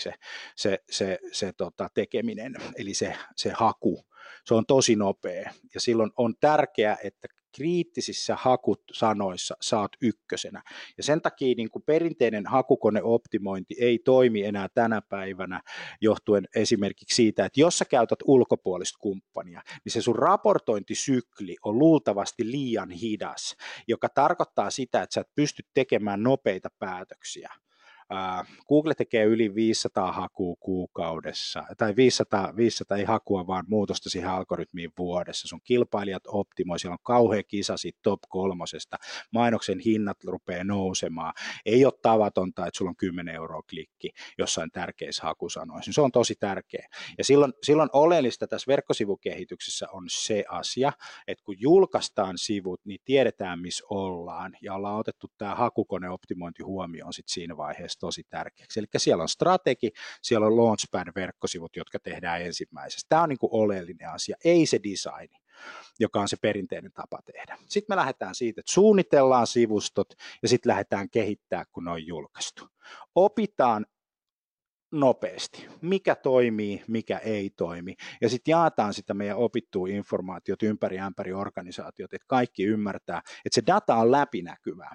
[SPEAKER 1] se tekeminen, eli se haku. Se on tosi nopea, ja silloin on tärkeää, että kriittisissä hakusanoissa saat ykkösenä. Ja sen takia niin kuin perinteinen hakukoneoptimointi ei toimi enää tänä päivänä, johtuen esimerkiksi siitä, että jos sä käytät ulkopuolista kumppania, niin se sun raportointisykli on luultavasti liian hidas, joka tarkoittaa sitä, että sä et pysty tekemään nopeita päätöksiä. Google tekee yli 500 hakua kuukaudessa, tai 500 ei hakua, vaan muutosta siihen algoritmiin vuodessa. Sun kilpailijat optimoi, siellä on kauhea kisa siitä top 3, mainoksen hinnat rupeaa nousemaan. Ei ole tavatonta, että sulla on 10 € klikki jossain tärkeissä hakusanoissa. Se on tosi tärkeä. Ja silloin oleellista tässä verkkosivukehityksessä on se asia, että kun julkaistaan sivut, niin tiedetään, missä ollaan, ja ollaan otettu tämä hakukoneoptimointi huomioon sit siinä vaiheessa tosi tärkeäksi. Eli siellä on strategi, siellä on Launchpad-verkkosivut, jotka tehdään ensimmäisestä. Tämä on niin kuin oleellinen asia, ei se designi, joka on se perinteinen tapa tehdä. Sitten me lähdetään siitä, että suunnitellaan sivustot ja sitten lähdetään kehittämään, kun ne on julkaistu. Opitaan nopeasti, mikä toimii, mikä ei toimi, ja sitten jaetaan sitä meidän opittua informaatiota ympäri ämpäri organisaatiot, että kaikki ymmärtää, että se data on läpinäkyvää.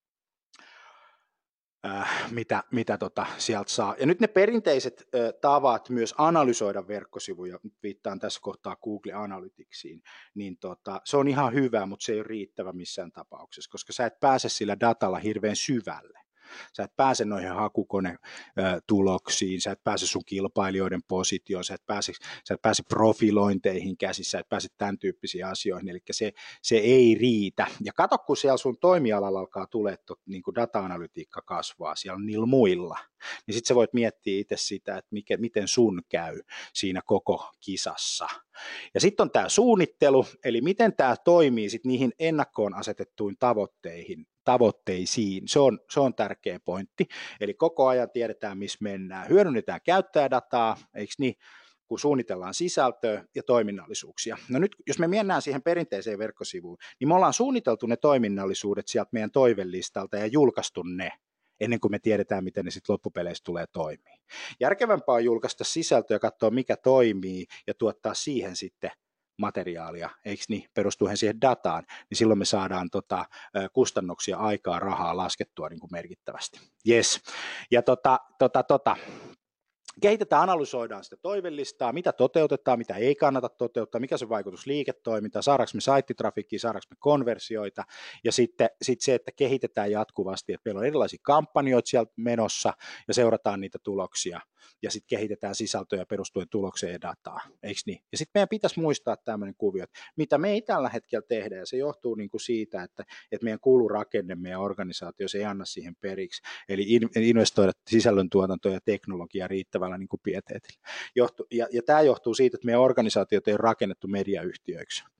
[SPEAKER 1] Mitä sieltä saa. Ja nyt ne perinteiset tavat myös analysoida verkkosivuja, viittaan tässä kohtaa Google Analyticsiin, niin se on ihan hyvä, mutta se ei ole riittävä missään tapauksessa, koska sä et pääse sillä datalla hirveän syvälle. Sä et pääse noihin hakukonetuloksiin, sä et pääse sun kilpailijoiden positioon, sä et pääse profilointeihin käsissä, sä et pääse tämän tyyppisiin asioihin, eli se ei riitä. Ja kato, kun siellä sun toimialalla alkaa tulee niin kuin data-analytiikka kasvaa siellä niillä muilla, niin sitten sä voit miettiä itse sitä, että miten sun käy siinä koko kisassa. Ja sitten on tämä suunnittelu, eli miten tämä toimii sitten niihin ennakkoon asetettuihin tavoitteisiin. Se on tärkeä pointti. Eli koko ajan tiedetään, missä mennään. Hyödynnetään käyttäjädataa, eikö niin, kun suunnitellaan sisältöä ja toiminnallisuuksia. No nyt, jos me mennään siihen perinteiseen verkkosivuun, niin me ollaan suunniteltu ne toiminnallisuudet sieltä meidän toivelistalta ja julkaistu ne, ennen kuin me tiedetään, miten ne sitten loppupeleissä tulee toimia. Järkevämpää on julkaista sisältöä ja katsoa, mikä toimii, ja tuottaa siihen sitten materiaalia, eikö niin, perustuen siihen dataan, niin silloin me saadaan kustannuksia, aikaa, rahaa laskettua niin kuin merkittävästi. Yes. Ja kehitetään, analysoidaan sitä toivelistaa, mitä toteutetaan, mitä ei kannata toteuttaa, mikä se vaikutus liiketoimintaan, saadaanko me saittitrafikkiä, saadaanko me konversioita, ja sitten se, että kehitetään jatkuvasti, että meillä on erilaisia kampanjoita sieltä menossa, ja seurataan niitä tuloksia, ja sitten kehitetään sisältöjä perustuen tulokseen ja dataan, eikö niin? Ja sitten meidän pitäisi muistaa tämmöinen kuvio, että mitä me ei tällä hetkellä tehdä, ja se johtuu niin kuin siitä, että meidän kulurakenne, meidän organisaatio, se ei anna siihen periksi, eli investoida sisällöntuotantoon ja teknologiaan riittävällä niin kuin pieteetillä. Ja tämä johtuu siitä, että meidän organisaatiot ei ole rakennettu mediayhtiöiksi,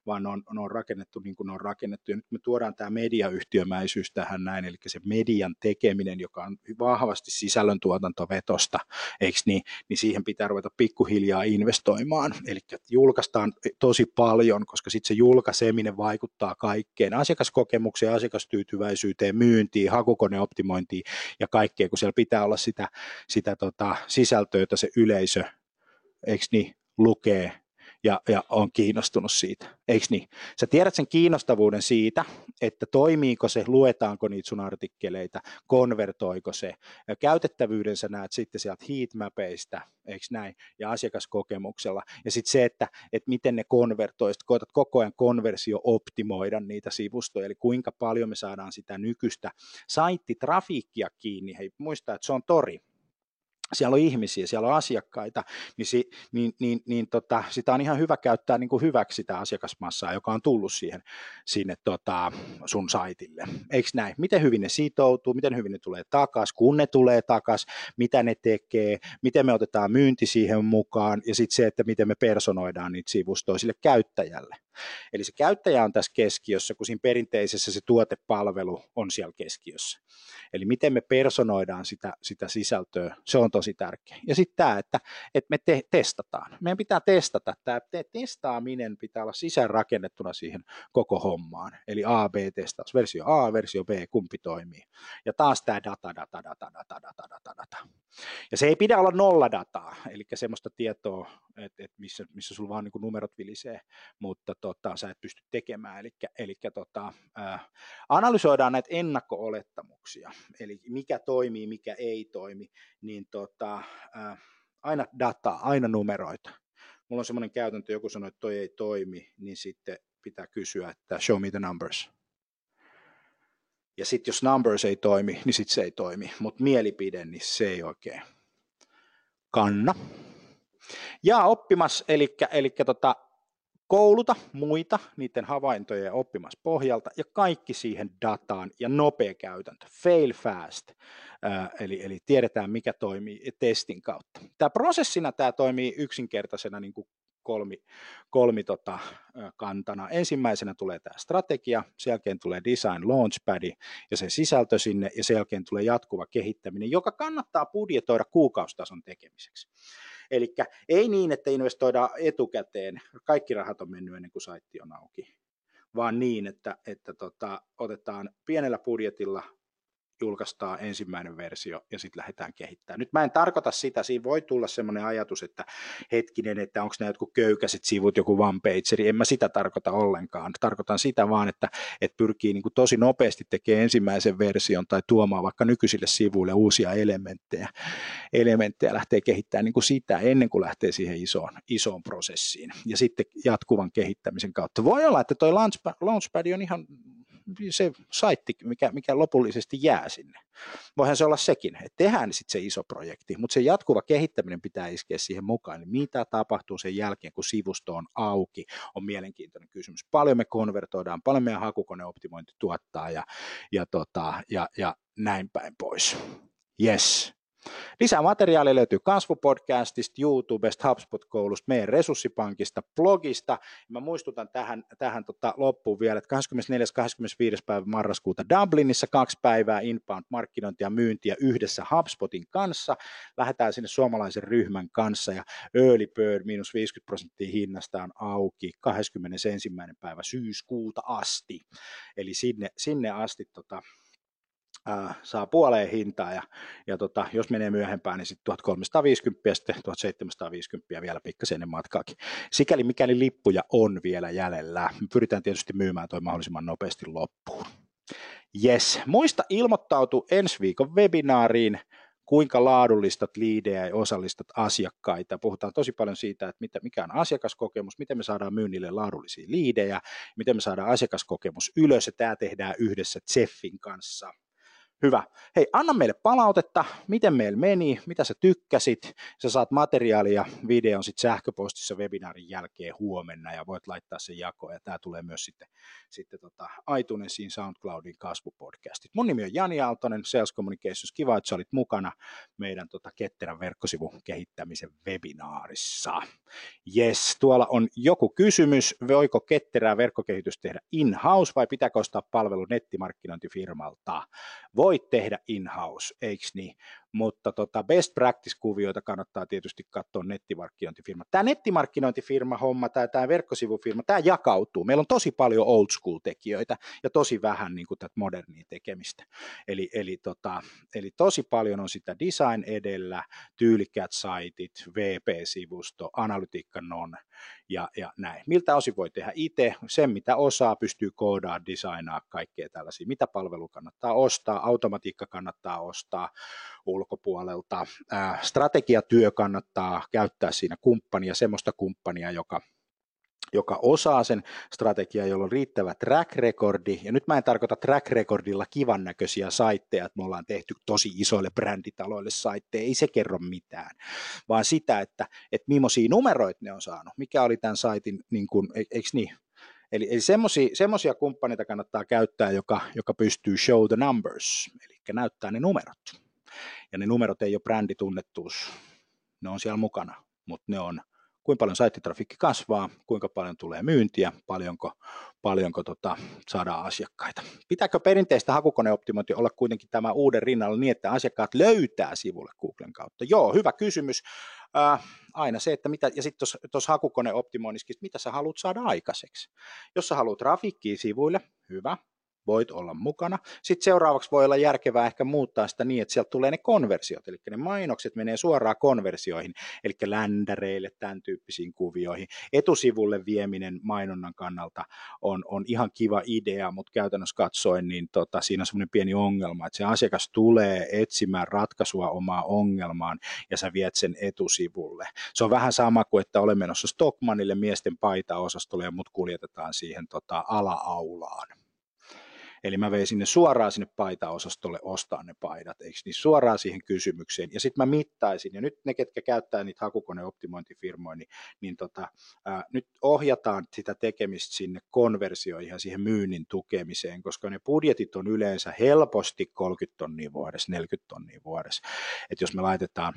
[SPEAKER 1] vaan ne on rakennettu niin kuin ne on rakennettu. Ja nyt me tuodaan tämä mediayhtiömäisyys tähän näin, eli se median tekeminen, joka on vahvasti sisällöntuotantovetosta, eikö niin siihen pitää ruveta pikkuhiljaa investoimaan. Eli julkaistaan tosi paljon, koska sitten se julkaiseminen vaikuttaa kaikkeen, asiakaskokemukseen, asiakastyytyväisyyteen, myyntiin, hakukoneoptimointiin ja kaikkeen, kun siellä pitää olla sitä sisältöä, jota se yleisö, eikö niin, lukee ja on kiinnostunut siitä, eikö niin? Sä tiedät sen kiinnostavuuden siitä, että toimiiko se, luetaanko niitä sun artikkeleita, konvertoiko se, ja käytettävyyden sä näet sitten sieltä heatmapeista, eikö näin, ja asiakaskokemuksella, ja sitten se, että miten ne konvertoi, sitten koetat koko ajan konversio-optimoida niitä sivustoja, eli kuinka paljon me saadaan sitä nykyistä saittitrafiikkia kiinni, hei muista, että se on tori. Siellä on ihmisiä, siellä on asiakkaita, niin sitä on ihan hyvä käyttää niin kuin hyväksi sitä asiakasmassaa, joka on tullut sinne sun saitille. Eikö näin? Miten hyvin ne sitoutuu, miten hyvin ne tulee takaisin, kun ne tulee takaisin, mitä ne tekee, miten me otetaan myynti siihen mukaan ja sitten se, että miten me personoidaan niitä sivustoja sille käyttäjälle. Eli se käyttäjä on tässä keskiössä, kun siinä perinteisessä se tuotepalvelu on siellä keskiössä. Eli miten me personoidaan sitä sisältöä, se on tosi tärkeä. Ja sitten tämä, että me testataan. Meidän pitää testata. Tämä testaaminen pitää olla sisäänrakennettuna siihen koko hommaan. Eli A-B-testaus, versio A, versio B, kumpi toimii. Ja taas tämä data. Ja se ei pidä olla nolladataa, eli semmoista tietoa, että missä sulla vaan niin kuin numerot vilisee, mutta sä et pysty tekemään. Eli analysoidaan näitä ennakko-olettamuksia, eli mikä toimii, mikä ei toimi, niin aina dataa, aina numeroita. Mulla on semmoinen käytäntö, joku sanoo, että toi ei toimi, niin sitten pitää kysyä, että show me the numbers. Ja sitten jos numbers ei toimi, niin sitten se ei toimi, mutta mielipide, niin se ei oikein kanna. Ja oppimas, eli kouluta muita niiden havaintojen ja oppimas pohjalta ja kaikki siihen dataan ja nopea käytäntö, fail fast, eli tiedetään mikä toimii testin kautta. Tämä prosessina tämä toimii yksinkertaisena niin kuin kolmikantana. Ensimmäisenä tulee tämä strategia, sen jälkeen tulee design launchpad ja se sisältö sinne ja sen jälkeen tulee jatkuva kehittäminen, joka kannattaa budjetoida kuukausitason tekemiseksi. Eli ei niin, että investoidaan etukäteen, kaikki rahat on mennyt ennen kuin saitti on auki, vaan niin, että otetaan pienellä budjetilla, julkaistaan ensimmäinen versio ja sitten lähdetään kehittämään. Nyt mä en tarkoita sitä, siinä voi tulla semmoinen ajatus, että hetkinen, että onko nämä jotkut köykäiset sivut, joku one-pageri, en mä sitä tarkoita ollenkaan. Tarkoitan sitä vaan, että pyrkii niin kuin tosi nopeasti tekemään ensimmäisen version tai tuomaan vaikka nykyisille sivuille uusia elementtejä lähtee kehittämään niin kuin sitä ennen kuin lähtee siihen isoon prosessiin ja sitten jatkuvan kehittämisen kautta. Voi olla, että toi Launchpad on ihan se saitti, mikä lopullisesti jää sinne. Voihan se olla sekin, että tehdään sitten se iso projekti, mutta se jatkuva kehittäminen pitää iskeä siihen mukaan. Niin mitä tapahtuu sen jälkeen, kun sivusto on auki, on mielenkiintoinen kysymys. Paljon me konvertoidaan, paljon meidän hakukoneoptimointi tuottaa ja näin päin pois. Yes. Lisää materiaalia löytyy Kasvupodcastista, YouTubesta, HubSpot-koulusta, meidän resurssipankista, blogista. Mä muistutan tähän loppuun vielä, että 24.–25. päivä marraskuuta Dublinissa 2 päivää inbound-markkinointia ja myyntiä yhdessä HubSpotin kanssa. Lähdetään sinne suomalaisen ryhmän kanssa ja early bird -50% hinnasta on auki 21. päivä syyskuuta asti. Eli sinne asti saa puoleen hintaa ja jos menee myöhempään, niin sitten 1350 ja sitten 1750 vielä pikkasen ennen matkaakin. Sikäli mikäli lippuja on vielä jäljellä, me pyritään tietysti myymään toi mahdollisimman nopeasti loppuun. Yes, muista ilmoittautua ensi viikon webinaariin, kuinka laadullistat liidejä ja osallistat asiakkaita. Puhutaan tosi paljon siitä, että mikä on asiakaskokemus, miten me saadaan myynnille laadullisia liidejä, miten me saadaan asiakaskokemus ylös, ja tämä tehdään yhdessä Zeffin kanssa. Hyvä. Hei, anna meille palautetta, miten meillä meni, mitä sä tykkäsit. Sä saat materiaalia ja videon sit sähköpostissa webinaarin jälkeen huomenna ja voit laittaa sen jakoon. Ja tää tulee myös sitten iTunesin SoundCloudin kasvupodcastit. Mun nimi on Jani Aaltonen, Sales Communications. Kiva, että sä olit mukana meidän Ketterän verkkosivun kehittämisen webinaarissa. Yes, tuolla on joku kysymys. Voiko Ketterää verkkokehitys tehdä in-house vai pitääkö ostaa palvelu nettimarkkinointifirmalta? Voit tehdä in-house, eikö niin? Mutta best practice-kuvioita kannattaa tietysti katsoa nettimarkkinointifirma. Tämä nettimarkkinointifirma-homma, tämä verkkosivufirma, tämä jakautuu. Meillä on tosi paljon old school-tekijöitä ja tosi vähän niin kuin tätä modernia tekemistä. Eli tosi paljon on sitä design edellä, tyylikkäät saitit, VP-sivusto, analytiikka non ja näin. Miltä osin voi tehdä itse? Sen mitä osaa, pystyy koodaamaan, designaa kaikkea tällaisia. Mitä palvelua kannattaa ostaa? Automatiikka kannattaa ostaa ulkopuolelta. Strategiatyö kannattaa käyttää siinä kumppania, semmoista kumppania, joka osaa sen strategian, jolla on riittävä track recordi, ja nyt mä en tarkoita track recordilla kivan näköisiä saitteja, että me ollaan tehty tosi isoille bränditaloille saitteja, ei se kerro mitään, vaan sitä, että millaisia numeroita ne on saanut, mikä oli tämän saitin, niin kuin, eikö niin? Eli semmoisia kumppaneita kannattaa käyttää, joka pystyy show the numbers, eli näyttää ne numerot. Ja ne numerot ei ole bränditunnettuus, ne on siellä mukana, mutta ne on kuinka paljon saittitrafiikki kasvaa, kuinka paljon tulee myyntiä, paljonko saadaan asiakkaita. Pitääkö perinteistä hakukoneoptimointia olla kuitenkin tämä uuden rinnalla niin, että asiakkaat löytää sivulle Googlen kautta? Joo, hyvä kysymys. Aina se, että mitä, ja sitten tuossa hakukoneoptimoinnissakin, mitä sä haluat saada aikaiseksi. Jos sä haluat trafiikkia sivuille, hyvä. Voit olla mukana. Sitten seuraavaksi voi olla järkevää ehkä muuttaa sitä niin, että sieltä tulee ne konversiot, eli ne mainokset menee suoraan konversioihin, eli ländäreille, tämän tyyppisiin kuvioihin. Etusivulle vieminen mainonnan kannalta on ihan kiva idea, mutta käytännössä katsoen niin siinä on semmoinen pieni ongelma, että se asiakas tulee etsimään ratkaisua omaan ongelmaan ja sä viet sen etusivulle. Se on vähän sama kuin, että olen menossa Stockmannille miesten paitaosastolle ja mut kuljetetaan siihen ala-aulaan. Eli mä vein sinne suoraan sinne paitaosastolle ostaa ne paidat, eikö niin, suoraan siihen kysymykseen. Ja sitten mä mittaisin, ja nyt ne, ketkä käyttää niitä hakukoneoptimointifirmoja, niin nyt ohjataan sitä tekemistä sinne konversioihin ja siihen myynnin tukemiseen, koska ne budjetit on yleensä helposti 30 tonnia vuodessa, 40 tonnia vuodessa. Että jos me laitetaan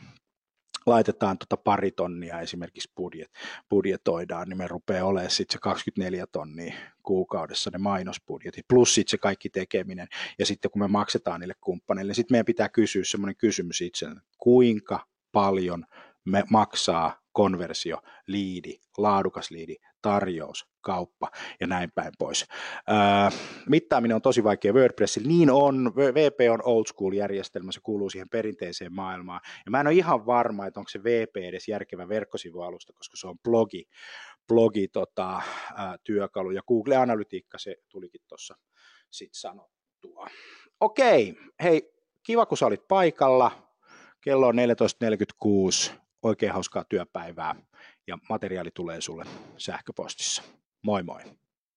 [SPEAKER 1] pari tonnia esimerkiksi budjetoidaan, niin me rupeaa olemaan sitten se 24 tonnia kuukaudessa ne mainosbudjetit, plus sitten se kaikki tekeminen, ja sitten kun me maksetaan niille kumppaneille, niin sitten meidän pitää kysyä semmoinen kysymys itselleen, kuinka paljon me maksaa konversio, liidi, laadukas liidi, tarjous, kauppa ja näin päin pois. Mittaaminen on tosi vaikea WordPressilla, niin on, VP on old school järjestelmä, se kuuluu siihen perinteiseen maailmaan, ja mä en ole ihan varma, että onko se VP edes järkevä verkkosivualusta, koska se on blogi työkalu, ja Google Analytiikka se tulikin tuossa sitten sanottua. Okei, hei, kiva kun sä olit paikalla, kello on 14.46, oikein hauskaa työpäivää, ja materiaali tulee sulle sähköpostissa. Moi moi!